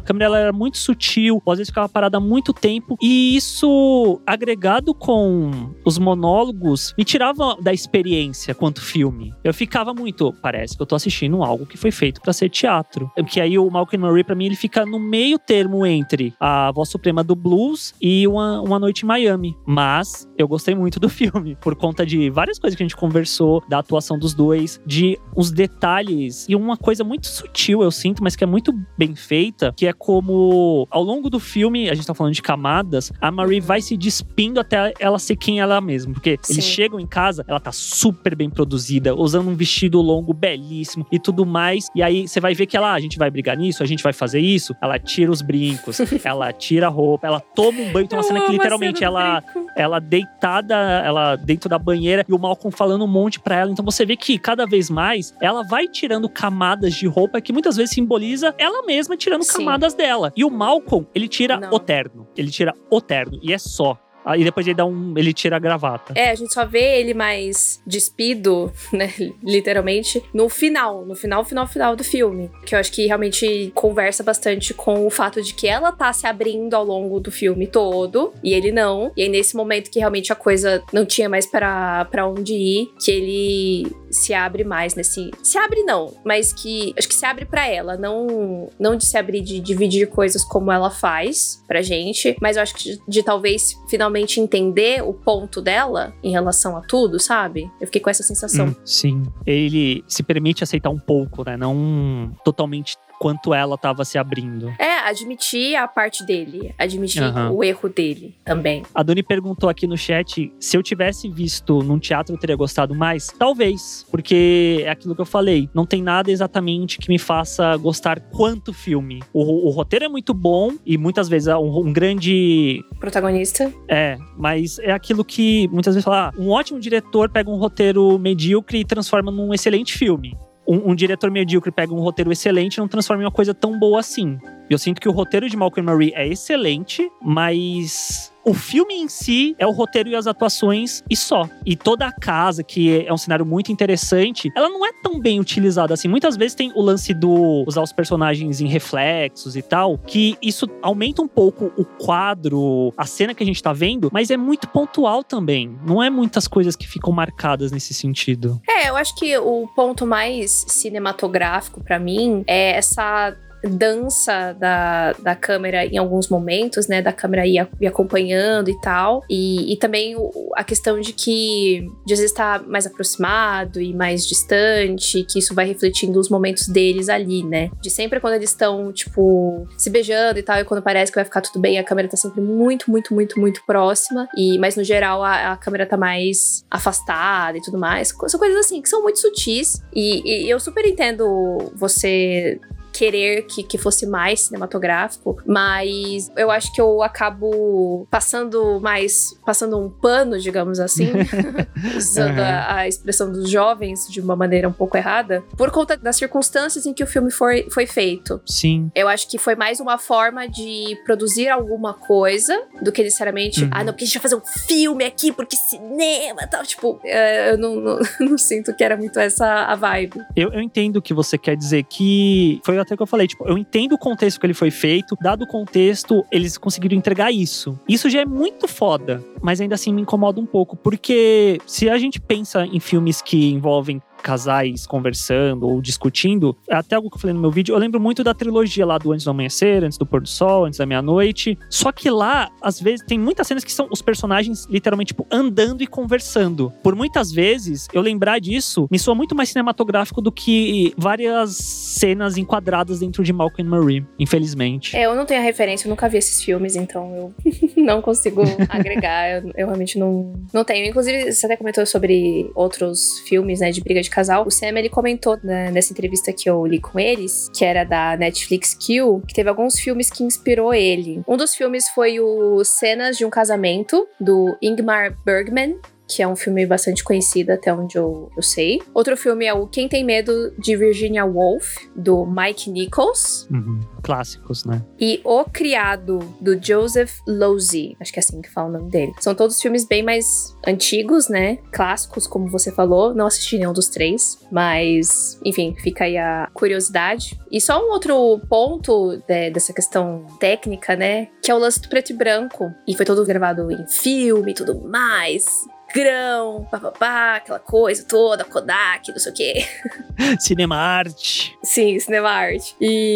câmera ela era muito sutil, às vezes ficava parada há muito tempo, e isso, agregado com os monólogos, me tirava da experiência quanto filme. Eu ficava muito, parece que eu tô assistindo algo que foi feito pra ser teatro. Que aí o Malcolm Murray, pra mim, ele fica no meio termo entre a voz suprema do blues e uma, uma Noite em Miami. Mas eu gostei muito do filme, por conta de várias coisas que a gente conversou, da atuação dos dois, de uns detalhes e uma coisa muito sutil, eu sinto, mas que é muito bem feita, que é como, ao longo do filme, a gente tá falando de camadas, a Marie vai se despindo até ela ser quem ela é mesma. Porque Sim. eles chegam em casa, ela tá super bem produzida, usando um vestido longo belíssimo e tudo mais. E aí você vai ver que ela, ah, a gente vai brigar nisso, a gente vai fazer isso. Ela tira os brincos, ela tira a roupa, ela toma um banho. Tem uma cena que literalmente ela, ela deitada, ela dentro da banheira e o Malcolm falando um monte pra ela. Então você vê que cada vez mais ela vai tirando camadas de roupa que muitas vezes simboliza ela mesma tirando Sim. camadas dela. E o Malcolm, ele tira Não. o terno. Ele tira o terno. E é só. E depois ele dá um. Ele tira a gravata. É, a gente só vê ele mais despido, né? Literalmente, no final. No final, final, final do filme. Que eu acho que realmente conversa bastante com o fato de que ela tá se abrindo ao longo do filme todo. E ele não. E aí, nesse momento que realmente a coisa não tinha mais pra, pra onde ir, que ele se abre mais nesse. Se abre, não, mas que. Acho que se abre pra ela. Não, não de se abrir, de dividir coisas como ela faz pra gente. Mas eu acho que de, de talvez finalmente entender o ponto dela em relação a tudo, sabe? Eu fiquei com essa sensação. Hum, sim. Ele se permite aceitar um pouco, né? Não totalmente quanto ela tava se abrindo. É, admitir a parte dele. Admitir uhum. o erro dele também. A Doni perguntou aqui no chat, se eu tivesse visto num teatro eu teria gostado mais? Talvez, porque é aquilo que eu falei, não tem nada exatamente que me faça gostar quanto filme. O, o roteiro é muito bom e muitas vezes é um, um grande... protagonista. É, mas é aquilo que muitas vezes fala, ah, um ótimo diretor pega um roteiro medíocre e transforma num excelente filme. Um, um diretor medíocre pega um roteiro excelente e não transforma em uma coisa tão boa assim. Eu sinto que o roteiro de Malcolm Murray é excelente, mas o filme em si é o roteiro e as atuações e só. E toda a casa, que é um cenário muito interessante, ela não é tão bem utilizada assim. Muitas vezes tem o lance do usar os personagens em reflexos e tal, que isso aumenta um pouco o quadro, a cena que a gente tá vendo, mas é muito pontual também. Não é muitas coisas que ficam marcadas nesse sentido. É, eu acho que o ponto mais cinematográfico pra mim é essa dança da, da câmera em alguns momentos, né, da câmera ir, ir acompanhando e tal, e, e também o, a questão de que de às vezes tá mais aproximado e mais distante, que isso vai refletindo os momentos deles ali, né, de sempre quando eles estão, tipo, se beijando e tal, e quando parece que vai ficar tudo bem, a câmera tá sempre muito, muito, muito, muito próxima, e, mas no geral a, a câmera tá mais afastada e tudo mais, são coisas assim, que são muito sutis, e, e eu super entendo você querer que, que fosse mais cinematográfico, mas eu acho que eu acabo passando mais, passando um pano, digamos assim, usando uhum. a, a expressão dos jovens de uma maneira um pouco errada, por conta das circunstâncias em que o filme foi, foi feito. Sim. Eu acho que foi mais uma forma de produzir alguma coisa do que necessariamente, uhum. ah, não, porque a gente vai fazer um filme aqui, porque cinema e tal, tipo, eu não, não, não sinto que era muito essa a vibe. Eu, eu entendo o que você quer dizer, que foi até que eu falei, tipo, eu entendo o contexto que ele foi feito, dado o contexto, eles conseguiram entregar isso. Isso já é muito foda, mas ainda assim me incomoda um pouco, porque se a gente pensa em filmes que envolvem casais conversando ou discutindo, até algo que eu falei no meu vídeo, eu lembro muito da trilogia lá do Antes do Amanhecer, Antes do Pôr do Sol, Antes da Meia-Noite, só que lá, às vezes, tem muitas cenas que são os personagens literalmente, tipo, andando e conversando. Por muitas vezes, eu lembrar disso me soa muito mais cinematográfico do que várias cenas enquadradas dentro de Malcolm Murray, infelizmente. É, eu não tenho a referência, eu nunca vi esses filmes, então eu não consigo agregar, eu, eu realmente não, não tenho. Inclusive, você até comentou sobre outros filmes, né, de briga de casal. O Sam, ele comentou, né, nessa entrevista que eu li com eles, que era da Netflix Q, que teve alguns filmes que inspirou ele. Um dos filmes foi o Cenas de um Casamento, do Ingmar Bergman, que é um filme bastante conhecido até onde eu, eu sei. Outro filme é o Quem Tem Medo de Virginia Woolf, do Mike Nichols. Uhum. Clássicos, né? E O Criado, do Joseph Losey. Acho que é assim que fala o nome dele. São todos filmes bem mais antigos, né? Clássicos, como você falou. Não assisti nenhum dos três, mas, enfim, fica aí a curiosidade. E só um outro ponto de, dessa questão técnica, né? Que é o lance do preto e branco. E foi todo gravado em filme e tudo mais. Grão, papapá, aquela coisa toda, Kodak, não sei o quê. Cinema Art. Sim, Cinema Art.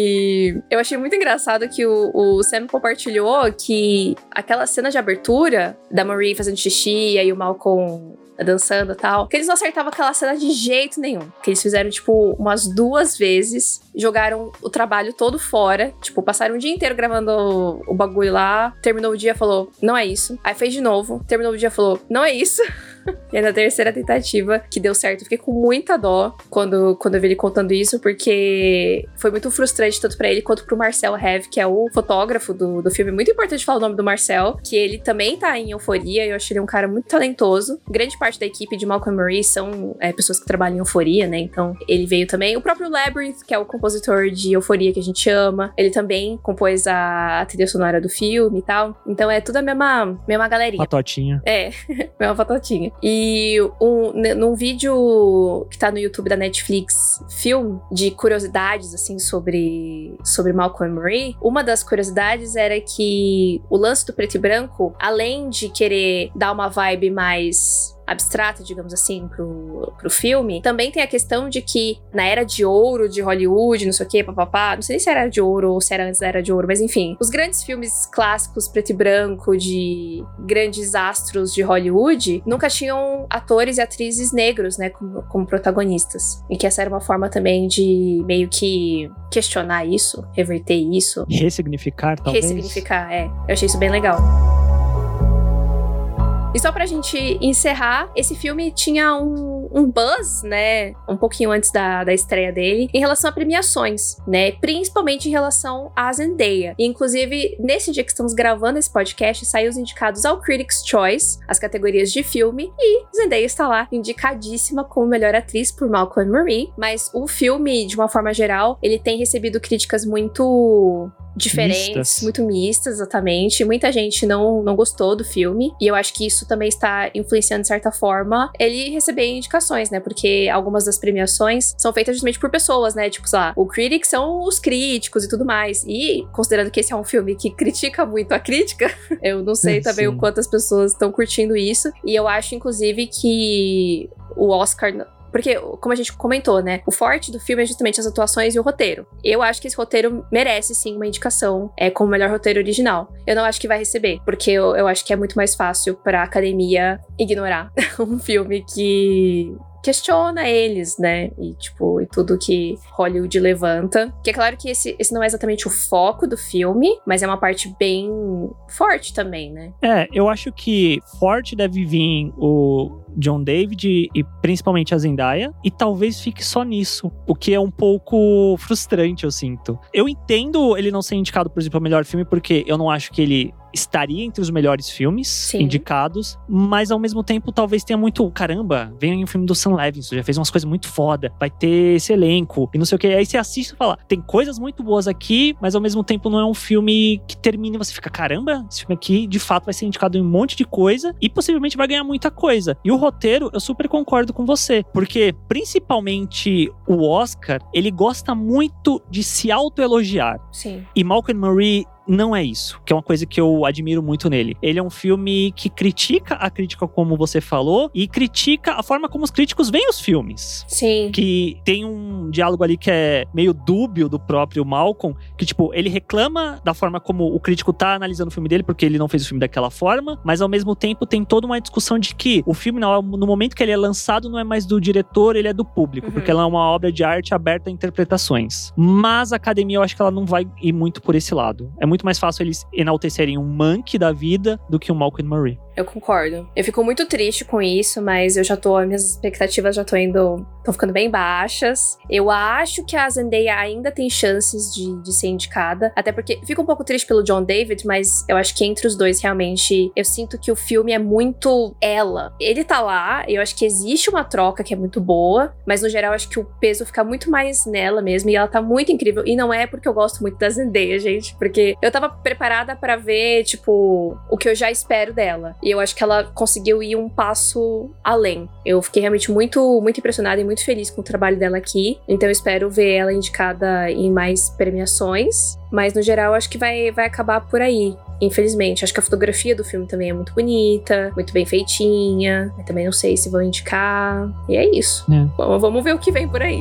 E eu achei muito engraçado que o, o Sam compartilhou que aquela cena de abertura da Marie fazendo xixi e aí o Malcolm dançando e tal, que eles não acertavam aquela cena de jeito nenhum. Que eles fizeram, tipo, umas duas vezes, jogaram o trabalho todo fora, tipo, passaram o dia inteiro gravando o, o bagulho lá, terminou o dia, falou, não é isso. Aí fez de novo, terminou o dia, falou, não é isso. E aí na terceira tentativa, que deu certo, eu fiquei com muita dó quando, quando eu vi ele contando isso, porque foi muito frustrante tanto pra ele quanto pro Marcel Hev, que é o fotógrafo do, do filme. Muito importante falar o nome do Marcel, que ele também tá em Euforia, eu achei ele um cara muito talentoso. Grande parte da equipe de Malcolm e Marie são é, pessoas que trabalham em Euforia, né? Então ele veio também. O próprio Labyrinth, que é o compositor de Euforia que a gente ama, ele também compôs a, a trilha sonora do filme e tal. Então é tudo a mesma, mesma galerinha. Patotinha. É, mesma patotinha. E um, num vídeo que tá no YouTube da Netflix, filme de curiosidades, assim, sobre, sobre Malcolm e Marie, uma das curiosidades era que o lance do preto e branco, além de querer dar uma vibe mais abstrata, digamos assim, pro, pro filme, também tem a questão de que na era de ouro de Hollywood, não sei o que, papapá, não sei nem se era de ouro ou se era antes da era de ouro, mas enfim, os grandes filmes clássicos preto e branco de grandes astros de Hollywood nunca tinham atores e atrizes negros, né, como, como protagonistas. E que essa era uma forma também de meio que questionar isso, reverter isso. Ressignificar, talvez. Ressignificar, é. Eu achei isso bem legal. E só pra gente encerrar, esse filme tinha um, um buzz, né, um pouquinho antes da, da estreia dele, em relação a premiações, né, principalmente em relação à Zendaya. E, inclusive, nesse dia que estamos gravando esse podcast, saiu os indicados ao Critics' Choice, as categorias de filme, e Zendaya está lá, indicadíssima como melhor atriz por Malcolm e Marie, mas o filme, de uma forma geral, ele tem recebido críticas muito diferentes, mistas. muito mistas, exatamente. Muita gente não, não gostou do filme, e eu acho que isso também está influenciando, de certa forma, ele receber indicações, né, porque algumas das premiações são feitas justamente por pessoas, né, tipo, sei lá, o Critics são os críticos e tudo mais, e considerando que esse é um filme que critica muito a crítica, eu não sei também Sim. o quanto as pessoas estão curtindo isso, e eu acho, inclusive, que o Oscar... Porque, como a gente comentou, né? O forte do filme é justamente as atuações e o roteiro. Eu acho que esse roteiro merece, sim, uma indicação é, como melhor roteiro original. Eu não acho que vai receber, porque eu, eu acho que é muito mais fácil pra academia ignorar um filme que questiona eles, né? E, tipo, e tudo que Hollywood levanta. Que é claro que esse, esse não é exatamente o foco do filme, mas é uma parte bem forte também, né? É, eu acho que forte deve vir o John David e principalmente a Zendaya, e talvez fique só nisso, o que é um pouco frustrante, eu sinto. Eu entendo ele não ser indicado, por exemplo, ao melhor filme, porque eu não acho que ele estaria entre os melhores filmes Sim. indicados, mas ao mesmo tempo talvez tenha muito, caramba, vem aí um filme do Sam Levinson, já fez umas coisas muito foda, vai ter esse elenco e não sei o que, aí você assiste e fala, tem coisas muito boas aqui, mas ao mesmo tempo não é um filme que termina e você fica, caramba, esse filme aqui de fato vai ser indicado em um monte de coisa e possivelmente vai ganhar muita coisa. E o roteiro, eu super concordo com você, porque principalmente o Oscar, ele gosta muito de se autoelogiar. Sim. E Malcolm e Marie não é isso, que é uma coisa que eu admiro muito nele. Ele é um filme que critica a crítica, como você falou, e critica a forma como os críticos veem os filmes. Sim. Que tem um diálogo ali que é meio dúbio do próprio Malcolm, que, tipo, ele reclama da forma como o crítico tá analisando o filme dele, porque ele não fez o filme daquela forma, mas ao mesmo tempo tem toda uma discussão de que o filme, no momento que ele é lançado, não é mais do diretor, ele é do público, uhum. porque ela é uma obra de arte aberta a interpretações. Mas a academia, eu acho que ela não vai ir muito por esse lado. É muito mais fácil eles enaltecerem um Mank da vida do que um Malcolm e Marie. eu concordo. Eu fico muito triste com isso, mas eu já tô, minhas expectativas já tô indo, estão ficando bem baixas. Eu acho que a Zendaya ainda tem chances de, de ser indicada, até porque fico um pouco triste pelo John David, mas eu acho que entre os dois, realmente, eu sinto que o filme é muito ela. Ele tá lá, eu acho que existe uma troca que é muito boa, mas no geral, eu acho que o peso fica muito mais nela mesmo, e ela tá muito incrível, e não é porque eu gosto muito da Zendaya, gente, porque eu tava preparada pra ver, tipo, o que eu já espero dela, e eu acho que ela conseguiu ir um passo além. Eu fiquei realmente muito, muito impressionada e muito feliz com o trabalho dela aqui, então eu espero ver ela indicada em mais premiações, mas no geral acho que vai, vai acabar por aí. Infelizmente, acho que a fotografia do filme também é muito bonita, muito bem feitinha, mas também não sei se vão indicar, e é isso. É. Bom, vamos ver o que vem por aí.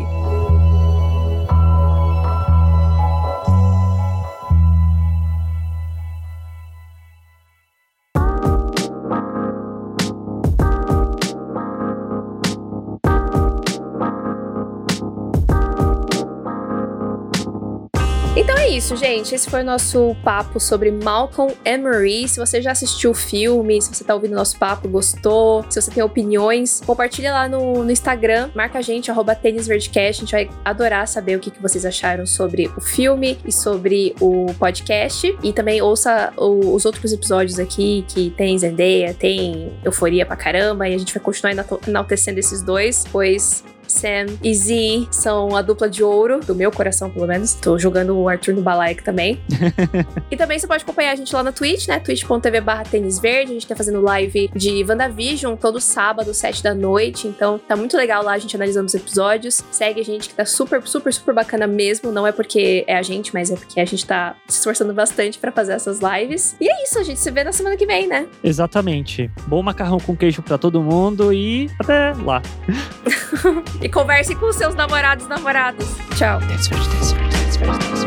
Então é isso, gente. Esse foi o nosso papo sobre Malcolm and Marie. Se você já assistiu o filme, se você tá ouvindo nosso papo, gostou, se você tem opiniões, compartilha lá no, no Instagram, marca a gente, arroba tênisverdecast. A gente vai adorar saber o que, que vocês acharam sobre o filme e sobre o podcast. E também ouça o, os outros episódios aqui, que tem Zendaya, tem Euforia pra caramba, e a gente vai continuar enaltecendo esses dois, pois Sam e Z são a dupla de ouro, do meu coração, pelo menos. Tô jogando o Arthur no balaio aqui também. E também você pode acompanhar a gente lá na Twitch, né? twitch ponto tv barra tênis verde. A gente tá fazendo live de WandaVision todo sábado, sete da noite. Então tá muito legal lá a gente analisando os episódios. Segue a gente que tá super, super, super bacana mesmo. Não é porque é a gente, mas é porque a gente tá se esforçando bastante pra fazer essas lives. E é isso, a gente se vê na semana que vem, né? Exatamente. Bom macarrão com queijo pra todo mundo e até lá. E converse com seus namorados, namoradas. Tchau. That's right, that's right, that's right, that's right.